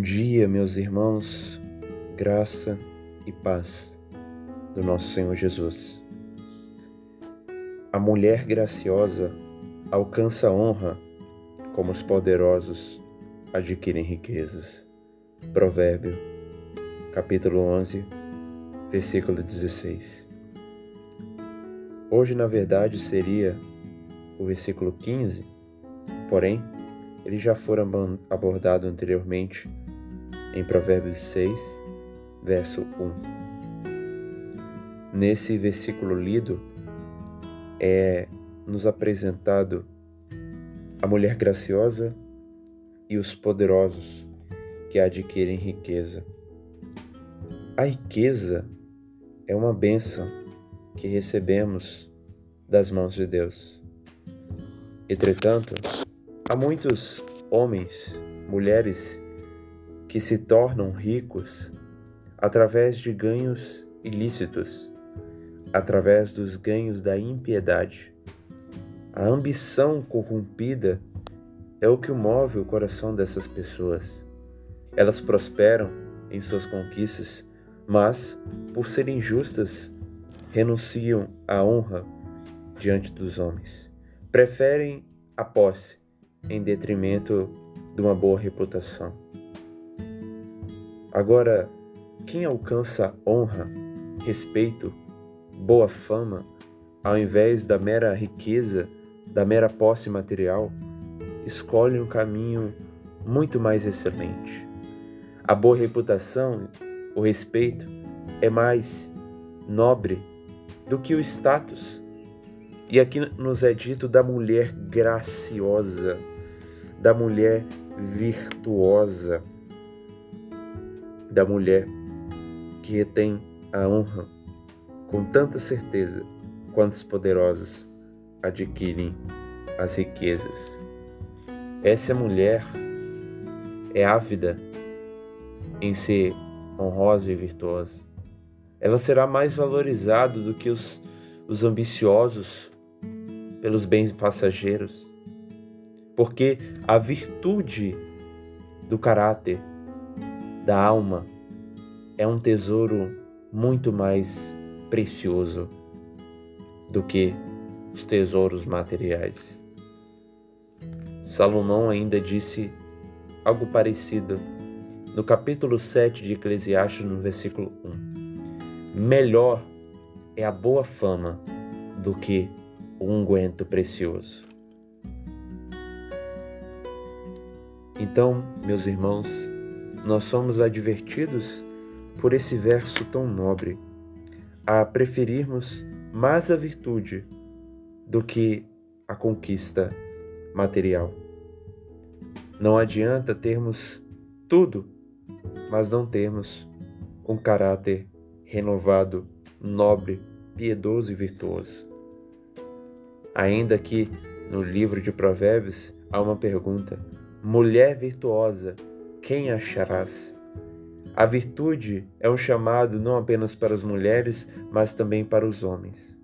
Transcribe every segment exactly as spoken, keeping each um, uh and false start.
dia, meus irmãos, graça e paz do nosso Senhor Jesus. A mulher graciosa alcança honra, como os poderosos adquirem riquezas. Provérbio, capítulo onze, versículo dezesseis. Hoje, na verdade, seria o versículo quinze, porém, ele já fora abordado anteriormente em Provérbios seis, verso um. Nesse versículo lido, é nos apresentado a mulher graciosa e os poderosos que adquirem riqueza. A riqueza é uma bênção que recebemos das mãos de Deus. Entretanto, há muitos homens, mulheres, que se tornam ricos através de ganhos ilícitos, através dos ganhos da impiedade. A ambição corrompida é o que move o coração dessas pessoas. Elas prosperam em suas conquistas, mas, por serem justas, renunciam à honra diante dos homens. Preferem a posse em detrimento de uma boa reputação. Agora, quem alcança honra, respeito, boa fama, ao invés da mera riqueza, da mera posse material, escolhe um caminho muito mais excelente. A boa reputação, o respeito, é mais nobre do que o status. E aqui nos é dito da mulher graciosa, da mulher virtuosa, da mulher que retém a honra com tanta certeza quanto os poderosos adquirem as riquezas. Essa mulher é ávida em ser honrosa e virtuosa. Ela será mais valorizada do que os, os ambiciosos pelos bens passageiros, porque a virtude do caráter, da alma, é um tesouro muito mais precioso do que os tesouros materiais. Salomão ainda disse algo parecido no capítulo sete de Eclesiastes, no versículo um. Melhor é a boa fama do que o unguento precioso. Então, meus irmãos, nós somos advertidos por esse verso tão nobre a preferirmos mais a virtude do que a conquista material. Não adianta termos tudo, mas não termos um caráter renovado, nobre, piedoso e virtuoso. Ainda que no livro de Provérbios há uma pergunta: mulher virtuosa, quem acharás? A virtude é um chamado não apenas para as mulheres, mas também para os homens.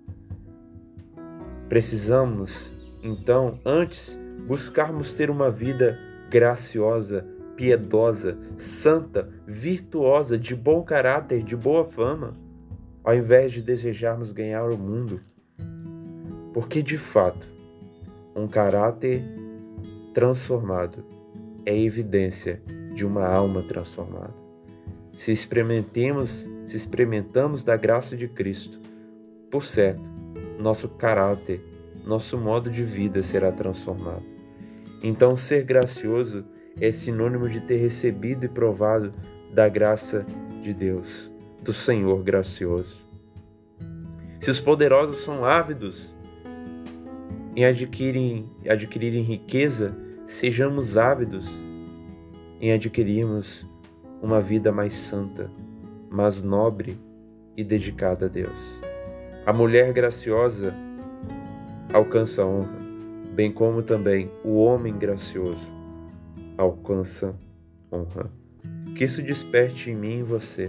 Precisamos, então, antes, buscarmos ter uma vida graciosa, piedosa, santa, virtuosa, de bom caráter, de boa fama, ao invés de desejarmos ganhar o mundo. Porque, de fato, um caráter transformado é evidência de uma alma transformada. Se experimentemos, se experimentamos da graça de Cristo, por certo, nosso caráter, nosso modo de vida será transformado. Então, ser gracioso é sinônimo de ter recebido e provado da graça de Deus, do Senhor gracioso. Se os poderosos são ávidos em adquirirem, adquirirem riqueza, sejamos ávidos em adquirirmos uma vida mais santa, mais nobre e dedicada a Deus. A mulher graciosa alcança honra, bem como também o homem gracioso alcança honra. Que isso desperte em mim e em você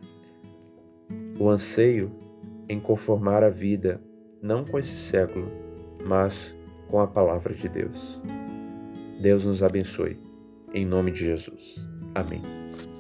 o anseio em conformar a vida, não com esse século, mas com a palavra de Deus. Deus nos abençoe, em nome de Jesus. Amém.